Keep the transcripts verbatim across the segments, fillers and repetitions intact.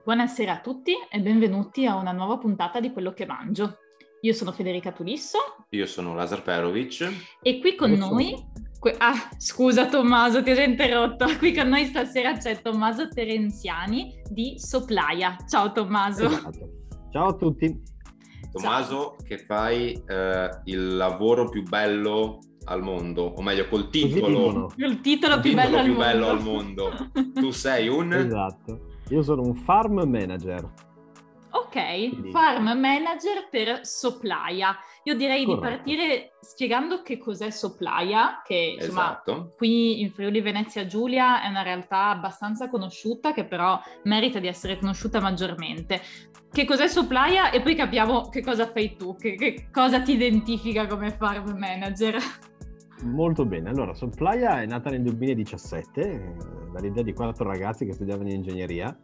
Buonasera a tutti e benvenuti a una nuova puntata di Quello che mangio. Io sono Federica Tulisso. Io sono Lazar Perovic. E qui con Io noi... sono... Que- ah, scusa Tommaso, ti ho già interrotto. Qui con noi stasera c'è Tommaso Terenziani di Soplaia. Ciao Tommaso. Esatto. Ciao a tutti. Tommaso, che fai eh, il lavoro più bello al mondo, o meglio col titolo, il titolo, il più, titolo bello, più al bello mondo. al mondo. Tu sei un... Esatto. Io sono un farm manager. Ok, Quindi... farm manager per Soplaia. Io direi Corretto. di partire spiegando che cos'è Soplaia, che insomma Esatto. qui in Friuli Venezia Giulia è una realtà abbastanza conosciuta, che però merita di essere conosciuta maggiormente. Che cos'è Soplaia e poi capiamo che cosa fai tu, che, che cosa ti identifica come farm manager. Molto bene, allora Soplaia è nata nel duemiladiciassette eh, dall'idea di quattro ragazzi che studiavano in ingegneria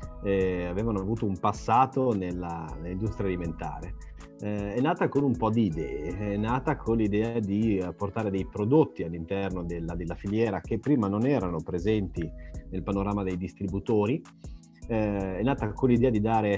e avevano avuto un passato nella, nell'industria alimentare. Eh, è nata con un po' di idee, è nata con l'idea di portare dei prodotti all'interno della, della filiera che prima non erano presenti nel panorama dei distributori. Eh, è nata con l'idea di dare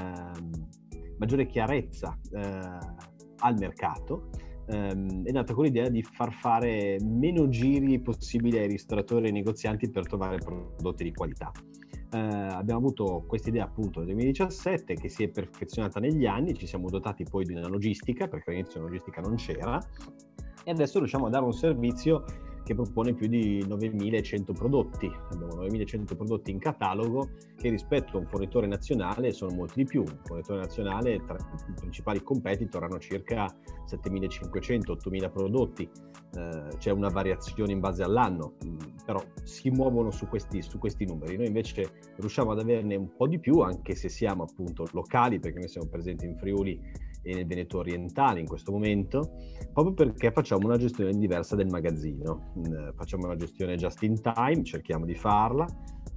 eh, maggiore chiarezza eh, al mercato. Um, è nata con l'idea di far fare meno giri possibili ai ristoratori e ai negozianti per trovare prodotti di qualità. Uh, abbiamo avuto questa idea appunto nel duemiladiciassette che si è perfezionata negli anni, ci siamo dotati poi di una logistica, perché all'inizio la logistica non c'era, e adesso riusciamo a dare un servizio che propone più di novemilacento prodotti. Abbiamo novemilacento prodotti in catalogo che rispetto a un fornitore nazionale sono molti di più. Un fornitore nazionale, tra i principali competitor, hanno circa settemilacinquecento ottomila prodotti. Eh, c'è una variazione in base all'anno, però si muovono su questi, su questi numeri. Noi invece riusciamo ad averne un po' di più, anche se siamo appunto locali, perché noi siamo presenti in Friuli e nel Veneto orientale in questo momento, proprio perché facciamo una gestione diversa del magazzino. Eh, facciamo una gestione just in time, cerchiamo di farla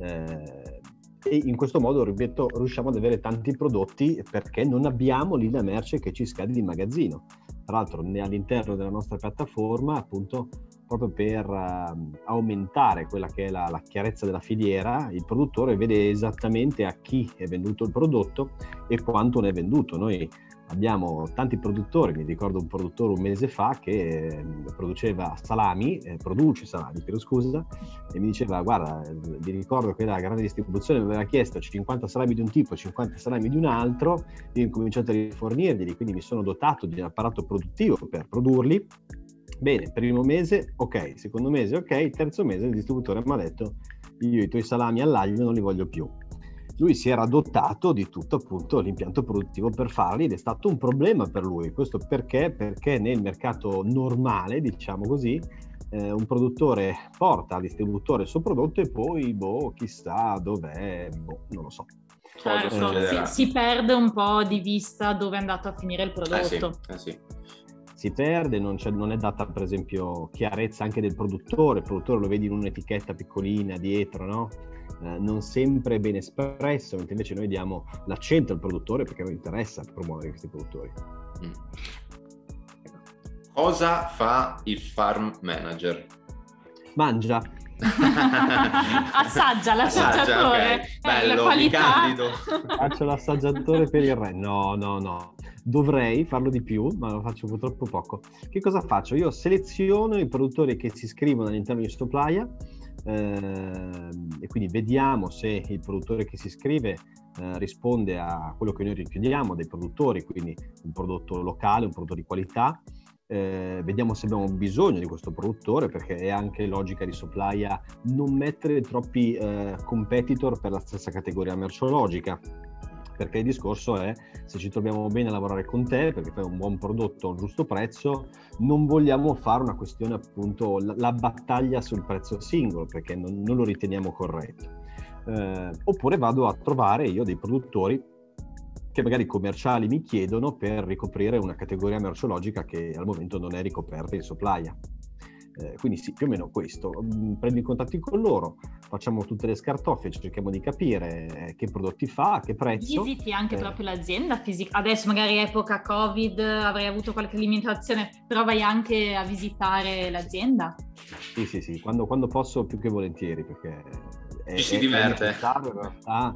eh, e in questo modo, ripeto, riusciamo ad avere tanti prodotti perché non abbiamo lì la merce che ci scade in magazzino. Tra l'altro all'interno della nostra piattaforma, appunto, proprio per uh, aumentare quella che è la, la chiarezza della filiera, il produttore vede esattamente a chi è venduto il prodotto e quanto ne è venduto. Noi abbiamo tanti produttori, mi ricordo un produttore un mese fa che eh, produceva salami, eh, produce salami, chiedo scusa, e mi diceva: guarda, eh, vi ricordo che la grande distribuzione mi aveva chiesto cinquanta salami di un tipo, cinquanta salami di un altro, io ho incominciato a rifornirglieli, quindi mi sono dotato di un apparato produttivo per produrli. Bene, primo mese, ok, secondo mese, ok, terzo mese il distributore mi ha detto: io i tuoi salami all'aglio non li voglio più. Lui si era dotato di tutto appunto l'impianto produttivo per farli ed è stato un problema per lui. Questo perché? Perché nel mercato normale, diciamo così, eh, un produttore porta al distributore il suo prodotto e poi, boh, chissà dov'è, boh, non lo so. Certo, eh, si, si perde un po' di vista dove è andato a finire il prodotto. Eh sì, eh sì. Si perde, non, c'è, non è data per esempio chiarezza anche del produttore, il produttore lo vedi in un'etichetta piccolina dietro, no? Eh, non sempre è ben espresso, mentre invece noi diamo l'accento al produttore perché non interessa promuovere questi produttori. Mm. Cosa fa il farm manager? Mangia. Assaggia l'assaggiatore. Okay. Bello, la qualità. candido. Faccio l'assaggiatore per il re. No, no, no. Dovrei farlo di più, ma lo faccio purtroppo poco. Che cosa faccio? Io seleziono i produttori che si iscrivono all'interno di Soplaia eh, e quindi vediamo se il produttore che si iscrive eh, risponde a quello che noi richiediamo dai produttori, quindi un prodotto locale, un prodotto di qualità. Eh, vediamo se abbiamo bisogno di questo produttore, perché è anche logica di Soplaia non mettere troppi eh, competitor per la stessa categoria merceologica, perché il discorso è: se ci troviamo bene a lavorare con te perché fai un buon prodotto a un giusto prezzo, non vogliamo fare una questione appunto la, la battaglia sul prezzo singolo, perché non, non lo riteniamo corretto. Eh, oppure vado a trovare io dei produttori che magari commerciali mi chiedono per ricoprire una categoria merceologica che al momento non è ricoperta in Soplaia. Eh, quindi sì, più o meno questo. Prendo i contatti con loro, facciamo tutte le scartoffie, cerchiamo di capire che prodotti fa, che prezzo. Visiti anche eh. proprio l'azienda fisica. Adesso magari epoca Covid, avrei avuto qualche limitazione, però vai anche a visitare l'azienda? Sì, sì, sì, quando, quando posso più che volentieri, perché è, Ci si è, diverte. È necessario in realtà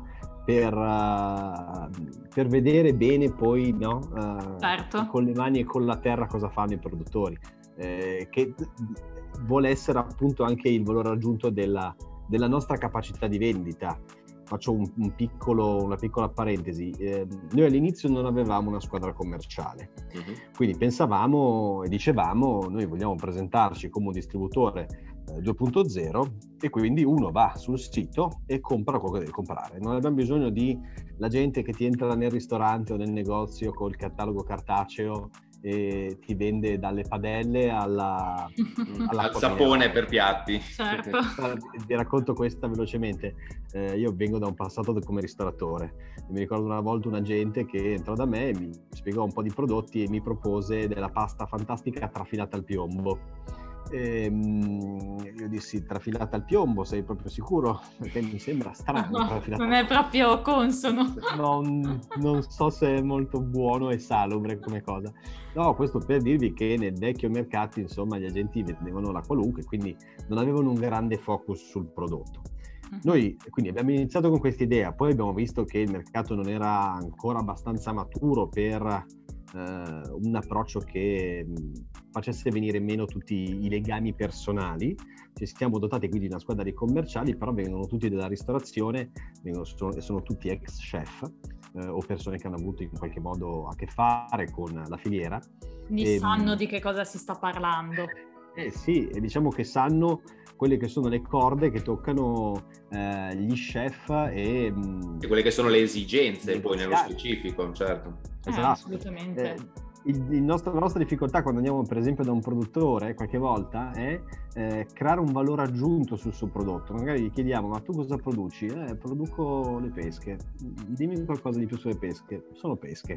per, uh, per vedere bene poi, no, uh, certo. con le mani e con la terra cosa fanno i produttori, eh, che vuole essere appunto anche il valore aggiunto della, della nostra capacità di vendita. Faccio un, un piccolo, una piccola parentesi. Eh, noi all'inizio non avevamo una squadra commerciale, uh-huh. quindi pensavamo e dicevamo noi vogliamo presentarci come un distributore eh, due punto zero, e quindi uno va sul sito e compra quello che deve comprare. Non abbiamo bisogno di la gente che ti entra nel ristorante o nel negozio col catalogo cartaceo e ti vende dalle padelle alla, alla al sapone per piatti. Certo. Vi racconto questa velocemente. Eh, io vengo da un passato come ristoratore. Mi ricordo una volta un agente che entrò da me, mi spiegò un po' di prodotti e mi propose della pasta fantastica trafilata al piombo. E, io dissi: trafilata al piombo, sei proprio sicuro? Perché mi sembra strano. No, non è proprio consono. Non, non so se è molto buono e salubre come cosa. No, questo per dirvi che nel vecchio mercato, insomma, gli agenti vendevano la qualunque, quindi non avevano un grande focus sul prodotto. Noi quindi abbiamo iniziato con questa idea, poi abbiamo visto che il mercato non era ancora abbastanza maturo per eh, un approccio che facesse venire meno tutti i legami personali. Ci siamo dotati quindi di una squadra di commerciali, però vengono tutti dalla ristorazione, vengono, sono, sono tutti ex chef eh, o persone che hanno avuto in qualche modo a che fare con la filiera. Quindi e, sanno di che cosa si sta parlando. Eh sì, e diciamo che sanno quelle che sono le corde che toccano eh, gli chef e, e quelle che sono le esigenze poi nello specifico, certo. Esatto. Eh, assolutamente. Eh, il, il nostro, la nostra difficoltà quando andiamo per esempio da un produttore qualche volta è eh, creare un valore aggiunto sul suo prodotto. Magari gli chiediamo: ma tu cosa produci? Eh, produco le pesche. Dimmi qualcosa di più sulle pesche. Sono pesche.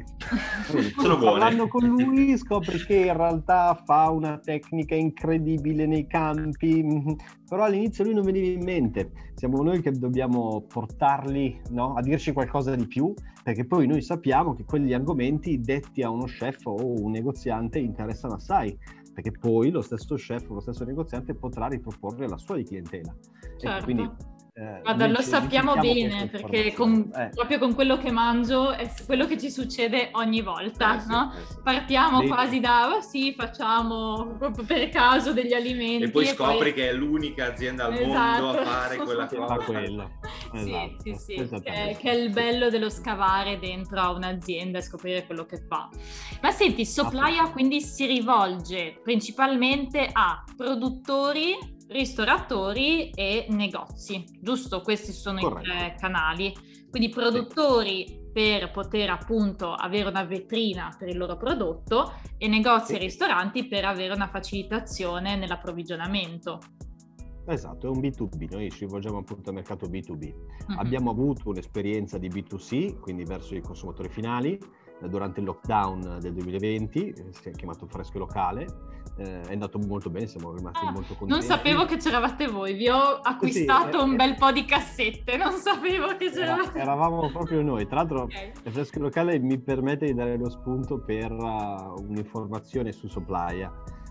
Sono buone. Parlando con lui scopri che in realtà fa una tecnica incredibile nei campi, però all'inizio lui non veniva in mente. Siamo noi che dobbiamo portarli, no, a dirci qualcosa di più, perché poi noi sappiamo che quegli argomenti detti a uno chef o un negoziante interessano assai, perché poi lo stesso chef o lo stesso negoziante potrà riproporre alla sua di clientela. Certo. E quindi, eh, Guarda, lo sappiamo bene, perché con, eh. proprio con quello che mangio è quello che ci succede ogni volta, eh sì, no? Eh sì. Partiamo sì. quasi da, oh sì, facciamo proprio per caso degli alimenti. E poi e scopri poi... che è l'unica azienda al esatto. mondo a fare quella Fa cosa. quello. Esatto. Sì, sì, sì, che, che è il bello dello scavare dentro a un'azienda e scoprire quello che fa. Ma senti, Soplaya quindi si rivolge principalmente a produttori, ristoratori e negozi, giusto? Questi sono Corretto. I tre canali. Quindi produttori sì. per poter appunto avere una vetrina per il loro prodotto e negozi sì. e ristoranti per avere una facilitazione nell'approvvigionamento. Esatto, è un B due B, noi ci rivolgiamo appunto al mercato B due B. Uh-huh. Abbiamo avuto un'esperienza di B due C, quindi verso i consumatori finali, durante il lockdown del duemilaventi, si è chiamato Fresco Locale, eh, è andato molto bene, siamo rimasti ah, molto contenti. Non sapevo che c'eravate voi, vi ho acquistato sì, un eh, bel po' di cassette, non sapevo che c'eravate. Era, eravamo proprio noi, tra l'altro okay. Il Fresco Locale mi permette di dare lo spunto per uh, un'informazione su Soplaya.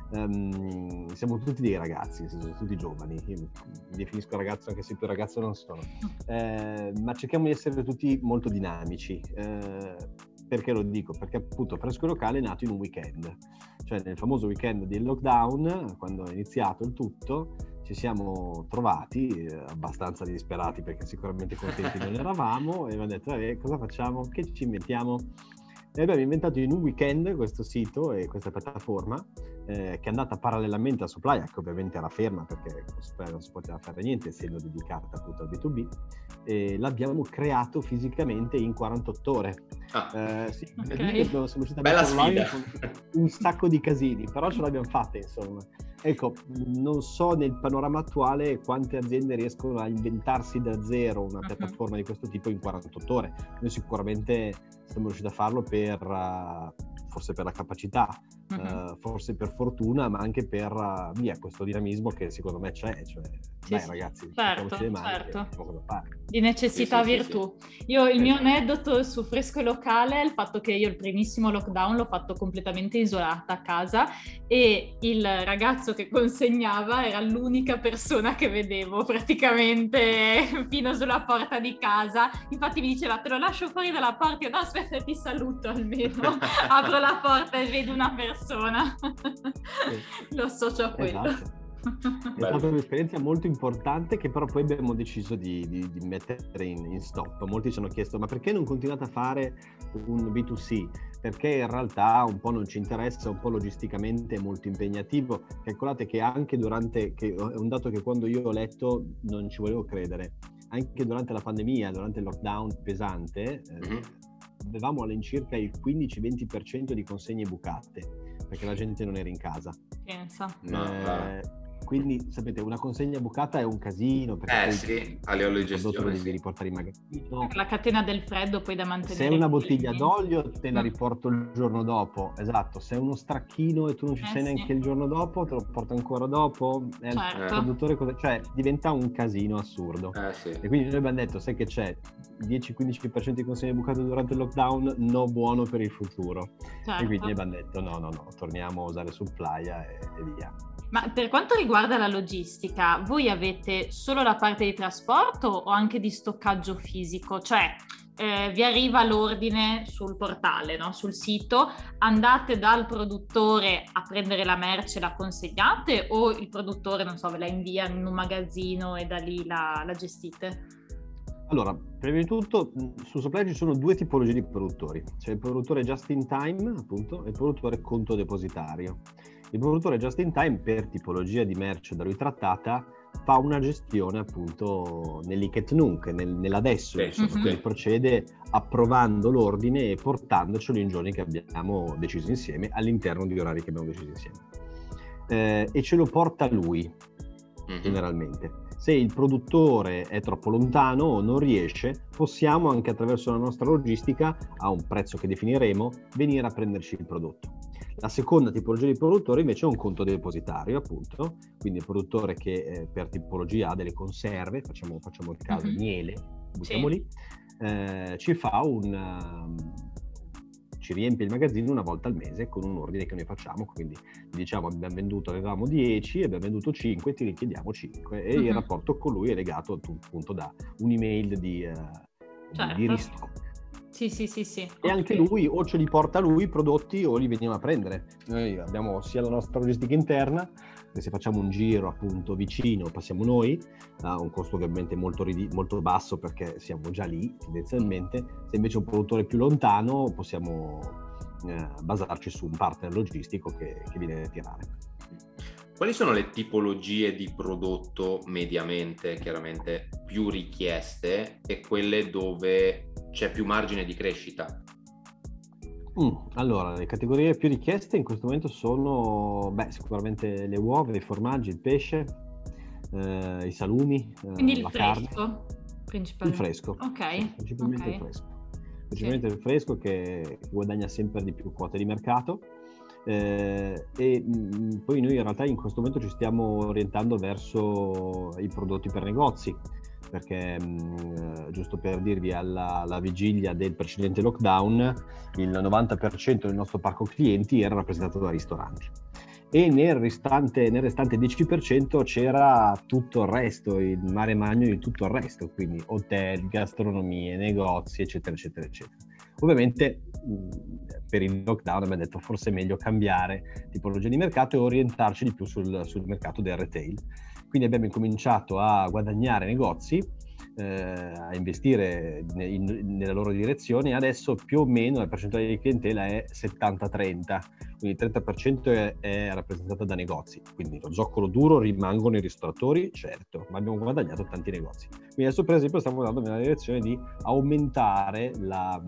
Um, siamo tutti dei ragazzi, siamo tutti giovani, io mi definisco ragazzo anche se più ragazzo non sono, eh, ma cerchiamo di essere tutti molto dinamici. Eh, perché lo dico? Perché appunto Fresco Locale è nato in un weekend, cioè nel famoso weekend del lockdown, quando è iniziato il tutto, ci siamo trovati eh, abbastanza disperati perché sicuramente contenti non eravamo e abbiamo detto vabbè, cosa facciamo? Che ci inventiamo? E abbiamo inventato in un weekend questo sito e questa piattaforma eh, che è andata parallelamente a Soplaya, che ovviamente era ferma perché con Soplaya non si poteva fare niente essendo dedicata appunto al B due B, e l'abbiamo creato fisicamente in quarantotto ore. Ah, eh, sì, okay. Siamo riusciti a bella sfida con un sacco di casini, però ce l'abbiamo fatta insomma. Ecco, non so nel panorama attuale quante aziende riescono a inventarsi da zero una piattaforma uh-huh. di questo tipo in quarantotto ore. Noi sicuramente siamo riusciti a farlo per uh, forse per la capacità uh-huh. uh, forse per fortuna, ma anche per uh, via questo dinamismo che secondo me c'è, cioè sì, dai sì. ragazzi, certo, le mani, certo. Cosa fare. Di necessità sì, sì, virtù. Sì, sì. Io il mio aneddoto su Fresco Locale è il fatto che io il primissimo lockdown l'ho fatto completamente isolata a casa e il ragazzo che consegnava era l'unica persona che vedevo praticamente fino sulla porta di casa. Infatti mi diceva: te lo lascio fuori dalla porta. Io no, aspetta, ti saluto almeno. Apro la porta e vedo una persona. Sì. Lo associo a quello. Esatto. È stata un'esperienza molto importante che però poi abbiamo deciso di, di, di mettere in, in stop. Molti ci hanno chiesto: ma perché non continuate a fare un B due C? Perché in realtà un po' non ci interessa, un po' logisticamente è molto impegnativo. Calcolate che anche durante, che è un dato che quando io ho letto non ci volevo credere, anche durante la pandemia, durante il lockdown pesante, mm-hmm. eh, avevamo all'incirca il quindici-venti per cento di consegne bucate, perché la gente non era in casa. Pensa. No, eh, Quindi sapete, una consegna bucata è un casino, perché eh sì, a livello di gestione lo devi sì. riportare in magazzino. La catena del freddo poi da mantenere. Se è una bottiglia d'olio te la riporto il giorno dopo, esatto. Se è uno stracchino e tu non ci eh sei sì. neanche il giorno dopo, te lo porto ancora dopo. Eh, certo. Il produttore cosa... Cioè diventa un casino assurdo. Eh sì. E quindi noi abbiamo detto: sai che c'è? dieci-quindici per cento di consegne bucate durante il lockdown, no buono per il futuro. Certo. E quindi abbiamo detto no, no, no, torniamo a usare Supplya e, e via. Ma per quanto riguarda la logistica, voi avete solo la parte di trasporto o anche di stoccaggio fisico? Cioè, eh, vi arriva l'ordine sul portale, no? Sul sito, andate dal produttore a prendere la merce e la consegnate, o il produttore, non so, ve la invia in un magazzino e da lì la, la gestite? Allora, prima di tutto, su Supplya ci sono due tipologie di produttori. C'è il produttore just in time, appunto, e il produttore conto depositario. Il produttore just in time, per tipologia di merce da lui trattata, fa una gestione appunto nell'Iket Nunc, nel, nell'adesso, sì, insomma, sì. quindi procede approvando l'ordine e portandocelo in giorni che abbiamo deciso insieme, all'interno di orari che abbiamo deciso insieme. Eh, e ce lo porta lui, mm-hmm. generalmente. Se il produttore è troppo lontano o non riesce, possiamo anche attraverso la nostra logistica, a un prezzo che definiremo, venire a prenderci il prodotto. La seconda tipologia di produttore invece è un conto depositario, appunto, quindi il produttore che eh, per tipologia ha delle conserve, facciamo, facciamo il caso, mm-hmm. miele, buttiamo sì. lì, eh, ci fa un... Um, ci riempie il magazzino una volta al mese con un ordine che noi facciamo, quindi diciamo abbiamo venduto, avevamo dieci, abbiamo venduto cinque, ti richiediamo cinque e uh-huh. il rapporto con lui è legato appunto da un'email di, uh, certo. di ristock. Sì, sì, sì, sì. E okay. anche lui o ce li porta lui i prodotti o li veniamo a prendere. Noi abbiamo sia la nostra logistica interna, che se facciamo un giro appunto vicino passiamo noi, a un costo ovviamente molto, rid- molto basso perché siamo già lì tendenzialmente. Se invece è un produttore più lontano possiamo eh, basarci su un partner logistico che, che viene a tirare. Quali sono le tipologie di prodotto mediamente, chiaramente, più richieste e quelle dove c'è più margine di crescita? Mm, allora, le categorie più richieste in questo momento sono beh, sicuramente le uova, i formaggi, il pesce, eh, i salumi, quindi eh, il la fresco, carne. principalmente. Il fresco, ok, sì, principalmente okay. il fresco. Principalmente sì. il fresco che guadagna sempre di più quote di mercato. Eh, e mh, poi noi in realtà in questo momento ci stiamo orientando verso i prodotti per negozi, perché mh, giusto per dirvi, alla, alla vigilia del precedente lockdown il novanta per cento del nostro parco clienti era rappresentato da ristoranti e nel restante, nel restante dieci per cento c'era tutto il resto, il mare magno di tutto il resto, quindi hotel, gastronomie, negozi, eccetera, eccetera, eccetera. Ovviamente per il lockdown abbiamo detto forse è meglio cambiare tipologia di mercato e orientarci di più sul, sul mercato del retail. Quindi abbiamo incominciato a guadagnare negozi, eh, a investire in, nella loro direzione e adesso più o meno la percentuale di clientela è settanta trenta, quindi il trenta per cento è, è rappresentata da negozi, quindi lo zoccolo duro rimangono i ristoratori, certo, ma abbiamo guadagnato tanti negozi. Quindi adesso per esempio stiamo andando nella direzione di aumentare la,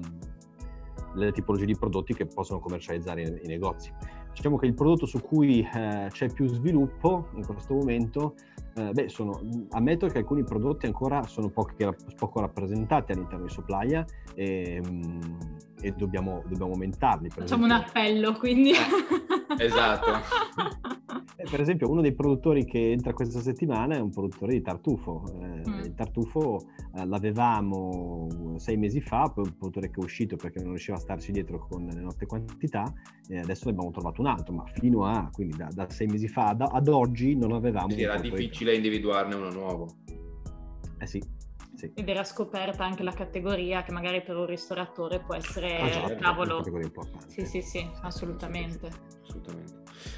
le tipologie di prodotti che possono commercializzare i, i negozi. Diciamo che il prodotto su cui eh, c'è più sviluppo in questo momento Eh, beh, sono, ammetto che alcuni prodotti ancora sono pochi, poco rappresentati all'interno di Supplier e, e dobbiamo, dobbiamo aumentarli. Per Facciamo esempio. un appello, quindi. Eh, esatto. Eh, per esempio, uno dei produttori che entra questa settimana è un produttore di tartufo. Eh, mm. Il tartufo eh, l'avevamo sei mesi fa, poi un produttore che è uscito perché non riusciva a starci dietro con le nostre quantità, e adesso ne abbiamo trovato un altro, ma fino a, quindi da, da sei mesi fa ad, ad oggi non avevamo... Sì, era difficile individuarne uno nuovo. Eh sì. Sì. Ed era scoperta anche la categoria che magari per un ristoratore può essere ah, certo, cavolo. Una categoria importante. Sì, sì, sì, assolutamente. Assolutamente.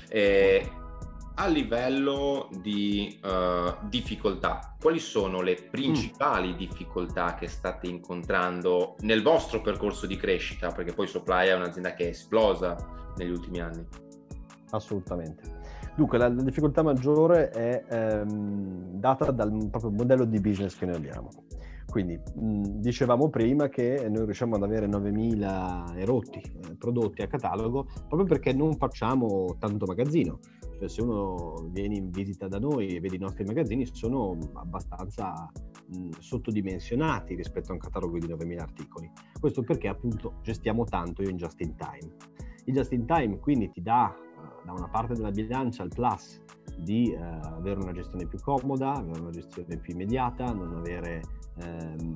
Eh, a livello di uh, difficoltà, quali sono le principali mm. difficoltà che state incontrando nel vostro percorso di crescita? Perché poi Supplier è un'azienda che è esplosa negli ultimi anni. Assolutamente. Dunque, la, la difficoltà maggiore è ehm, data dal proprio modello di business che noi abbiamo. Quindi, mh, dicevamo prima che noi riusciamo ad avere novemila erotti eh, prodotti a catalogo proprio perché non facciamo tanto magazzino. Cioè, se uno viene in visita da noi e vede i nostri magazzini, sono abbastanza mh, sottodimensionati rispetto a un catalogo di novemila articoli. Questo perché appunto gestiamo tanto in just in time. Il just in time quindi ti dà da una parte della bilancia il plus di eh, avere una gestione più comoda, avere una gestione più immediata, non avere ehm,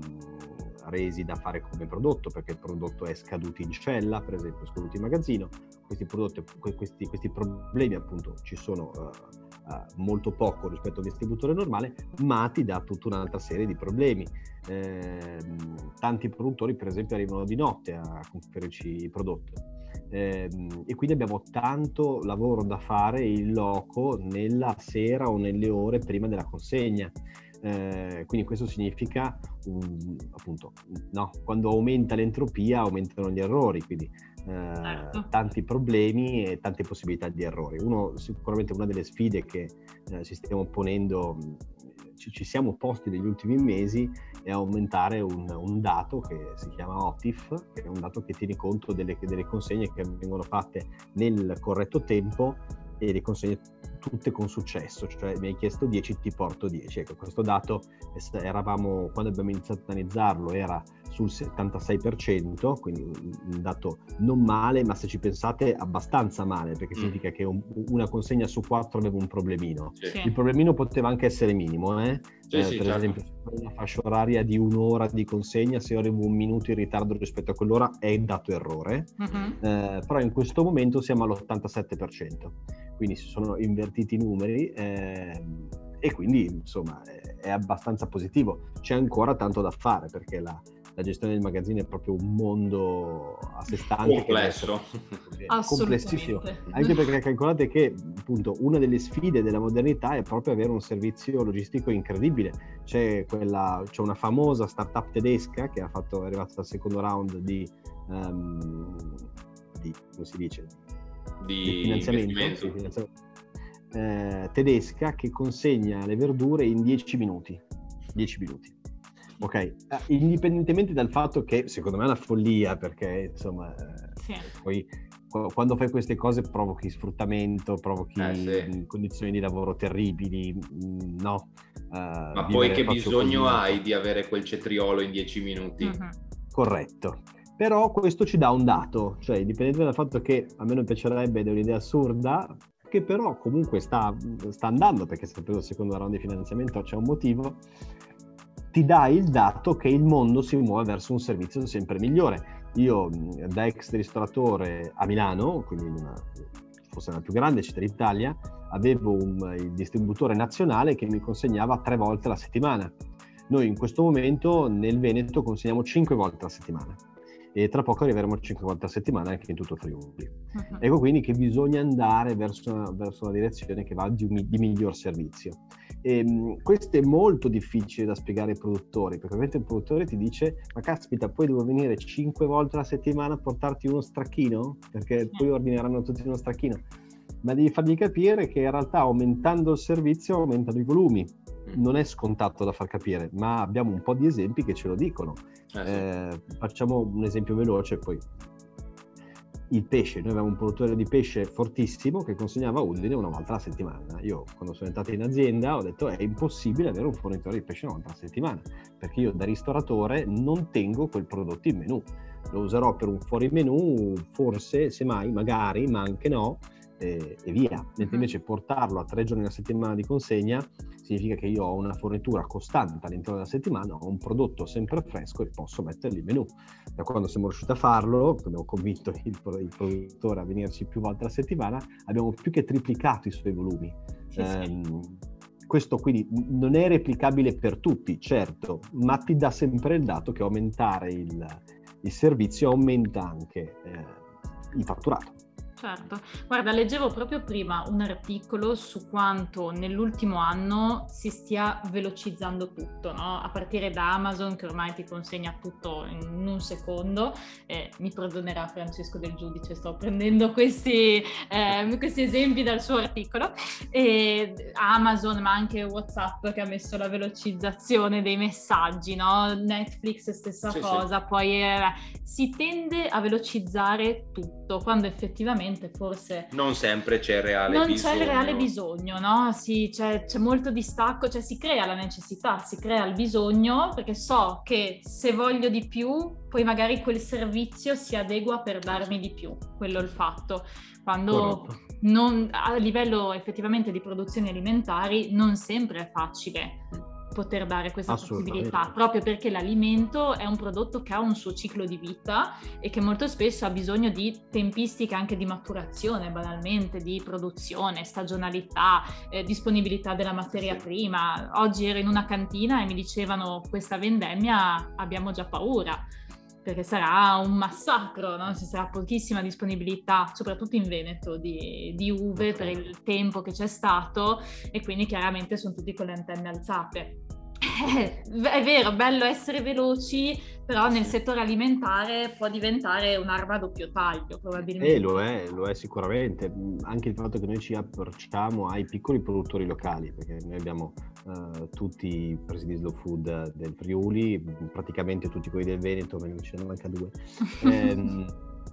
resi da fare come prodotto perché il prodotto è scaduto in cella, per esempio scaduto in magazzino. Questi prodotti, questi, questi problemi appunto ci sono eh, eh, molto poco rispetto a un distributore normale, ma ti dà tutta un'altra serie di problemi. Eh, tanti produttori per esempio arrivano di notte a conferirci il prodotto. Eh, e quindi abbiamo tanto lavoro da fare in loco nella sera o nelle ore prima della consegna. Eh, quindi questo significa um, appunto no, quando aumenta l'entropia aumentano gli errori, quindi eh, certo. tanti problemi e tante possibilità di errori. Uno, sicuramente una delle sfide che eh, ci stiamo ponendo, ci, ci siamo posti negli ultimi mesi, è aumentare un, un dato che si chiama O T I F, che è un dato che tiene conto delle, delle consegne che vengono fatte nel corretto tempo e le consegne tutte con successo. Cioè mi hai chiesto dieci, ti porto dieci. Ecco, questo dato eravamo, quando abbiamo iniziato ad analizzarlo era sul settantasei per cento, quindi un dato non male, ma se ci pensate abbastanza male, perché mm. significa che un, una consegna su quattro aveva un problemino. Sì. Il problemino poteva anche essere minimo, eh? Sì, eh, sì, per certo. esempio una fascia oraria di un'ora di consegna, se io arrivo un minuto in ritardo rispetto a quell'ora è dato errore. Mm-hmm. Eh, però in questo momento siamo all'ottantasette per cento, quindi si sono invertiti i numeri eh, e quindi insomma è, è abbastanza positivo. C'è ancora tanto da fare perché la La gestione del magazzino è proprio un mondo a sé stante. Complesso. Complessissimo. Anche perché calcolate che appunto una delle sfide della modernità è proprio avere un servizio logistico incredibile. C'è quella, c'è una famosa startup tedesca che ha fatto, è arrivata al secondo round di, um, di come si dice? Di, di finanziamento. Sì, finanziamento. Eh, tedesca che consegna le verdure in dieci minuti. dieci minuti. Ok, indipendentemente dal fatto che secondo me è una follia perché insomma sì. poi quando fai queste cose provochi sfruttamento, provochi eh, sì. condizioni di lavoro terribili, no? Uh, Ma poi che bisogno così, hai di avere quel cetriolo in dieci minuti? Uh-huh. Corretto. Però questo ci dà un dato, cioè indipendentemente dal fatto che a me non piacerebbe ed è un'idea assurda, che però comunque sta, sta andando perché se preso il secondo round di finanziamento c'è un motivo, ti dà il dato che il mondo si muove verso un servizio sempre migliore. Io da ex ristoratore a Milano, quindi una, forse la più grande città d'Italia, avevo un, il distributore nazionale che mi consegnava tre volte alla settimana. Noi in questo momento nel Veneto consegniamo cinque volte alla settimana e tra poco arriveremo cinque volte a settimana anche in tutto Friuli. Uh-huh. Ecco quindi che bisogna andare verso una, verso una direzione che va di, un, di miglior servizio. E, mh, questo è molto difficile da spiegare ai produttori, perché ovviamente il produttore ti dice ma caspita, poi devo venire cinque volte alla settimana a portarti uno stracchino? Perché poi ordineranno tutti uno stracchino. Ma devi fargli capire che in realtà aumentando il servizio aumentano i volumi. Non è scontato da far capire, ma abbiamo un po' di esempi che ce lo dicono. Eh, sì. eh, facciamo un esempio veloce poi. il pesce. Noi avevamo un produttore di pesce fortissimo che consegnava a Udine una volta alla settimana. Io quando sono entrato in azienda ho detto è impossibile avere un fornitore di pesce una volta alla settimana, perché io da ristoratore non tengo quel prodotto in menù, lo userò per un fuori menù, forse, semmai, magari, ma anche no, e, e via. Mentre invece portarlo a tre giorni alla settimana di consegna significa che io ho una fornitura costante all'interno della settimana, ho un prodotto sempre fresco e posso metterli in menù. Da quando siamo riusciti a farlo, abbiamo convinto il, il produttore a venirci più volte alla settimana, abbiamo più che triplicato i suoi volumi. Sì, ehm, sì. Questo quindi non è replicabile per tutti, certo, ma ti dà sempre il dato che aumentare il, il servizio aumenta anche eh, il fatturato. Certo, guarda, leggevo proprio prima un articolo su quanto nell'ultimo anno si stia velocizzando tutto, no? A partire da Amazon che ormai ti consegna tutto in un secondo. Eh, mi perdonerà Francesco Del Giudice, sto prendendo questi, eh, questi esempi dal suo articolo. E Amazon, ma anche WhatsApp che ha messo la velocizzazione dei messaggi, no? Netflix stessa sì, cosa, sì. Poi eh, si tende a velocizzare tutto quando effettivamente forse non sempre c'è reale non bisogno. c'è il reale bisogno, no? Sì, c'è, c'è molto distacco, cioè si crea la necessità, si crea il bisogno, perché so che se voglio di più, poi magari quel servizio si adegua per darmi di più, quello è il fatto. Quando non, a livello effettivamente di produzioni alimentari non sempre è facile poter dare questa possibilità, proprio perché l'alimento è un prodotto che ha un suo ciclo di vita e che molto spesso ha bisogno di tempistiche anche di maturazione, banalmente, di produzione, stagionalità, eh, disponibilità della materia prima. Oggi ero in una cantina e mi dicevano: questa vendemmia abbiamo già paura, perché sarà un massacro, no? Ci sarà pochissima disponibilità, soprattutto in Veneto, di, di uve per il tempo che c'è stato, e quindi chiaramente sono tutti con le antenne alzate. Eh, è vero, bello essere veloci, però nel settore alimentare può diventare un'arma a doppio taglio, probabilmente. Eh, lo è, lo è sicuramente. Anche il fatto che noi ci approcciamo ai piccoli produttori locali, perché noi abbiamo uh, tutti i presidi slow food del Friuli, praticamente tutti quelli del Veneto, ma non ce ne manca due. eh,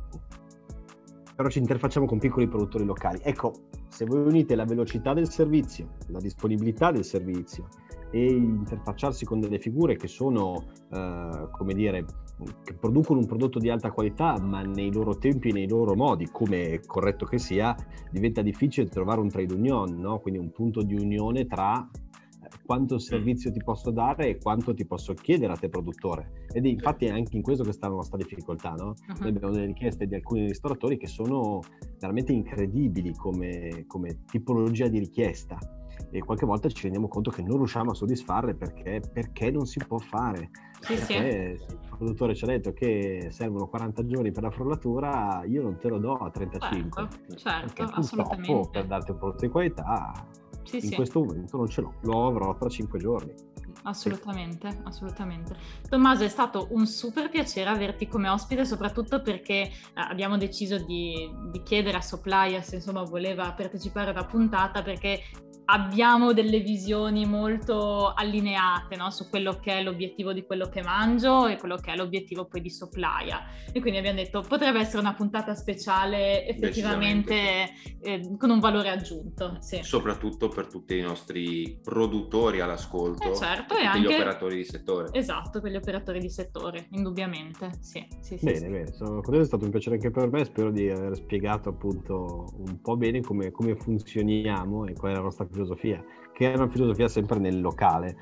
però ci interfacciamo con piccoli produttori locali. Ecco, se voi unite la velocità del servizio, la disponibilità del servizio e interfacciarsi con delle figure che sono, eh, come dire, che producono un prodotto di alta qualità, ma nei loro tempi e nei loro modi, come è corretto che sia, diventa difficile trovare un trade union, no? Quindi un punto di unione tra quanto servizio ti posso dare e quanto ti posso chiedere a te produttore. Ed infatti è anche in questo che sta la nostra difficoltà, no? Uh-huh. Noi abbiamo delle richieste di alcuni ristoratori che sono veramente incredibili come, come tipologia di richiesta, e qualche volta ci rendiamo conto che non riusciamo a soddisfarle perché, perché non si può fare. Sì, perché sì. Il produttore ci ha detto che servono quaranta giorni per la frullatura, io non te lo do a trentacinque. Certo, certo, perché assolutamente. purtroppo per darti un prodotto di qualità sì, in sì. questo momento non ce l'ho, lo avrò tra cinque giorni. Assolutamente, assolutamente. Tommaso, è stato un super piacere averti come ospite, soprattutto perché eh, abbiamo deciso di, di chiedere a Supplier se insomma voleva partecipare alla puntata, perché abbiamo delle visioni molto allineate, no? Su quello che è l'obiettivo di quello che mangio e quello che è l'obiettivo poi di Supplier, e quindi abbiamo detto potrebbe essere una puntata speciale effettivamente eh, con un valore aggiunto, sì. Soprattutto per tutti i nostri produttori all'ascolto, eh certo, e e anche anche gli operatori di settore. Esatto, per gli operatori di settore, indubbiamente, sì, sì, sì. Bene, sì. bene, sono contento, è stato un piacere anche per me, spero di aver spiegato appunto un po' bene come, come funzioniamo e qual è la nostra filosofia, che è una filosofia sempre nel locale.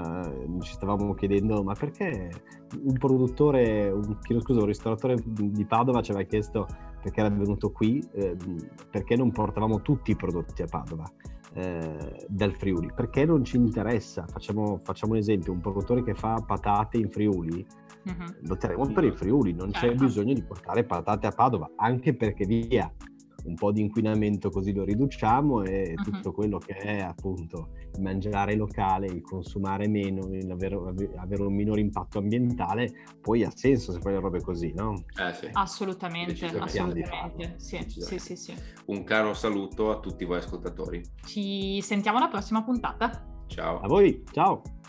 Uh, ci stavamo chiedendo, ma perché un produttore, un, chiedo scusa, un ristoratore di Padova ci aveva chiesto perché era venuto qui, eh, perché non portavamo tutti i prodotti a Padova. Eh, dal Friuli, perché non ci interessa. Facciamo, facciamo un esempio: un produttore che fa patate in Friuli, uh-huh. lo terremo per il Friuli, non c'è uh-huh. bisogno di portare patate a Padova, anche perché via un po' di inquinamento così lo riduciamo, e uh-huh. tutto quello che è appunto il mangiare locale, il consumare meno, il avere, avere un minore impatto ambientale, poi ha senso se fai le robe così, no? Eh sì. Assolutamente, assolutamente, sì, sì, sì, sì. Un caro saluto a tutti voi ascoltatori. Ci sentiamo alla prossima puntata. Ciao. A voi, ciao.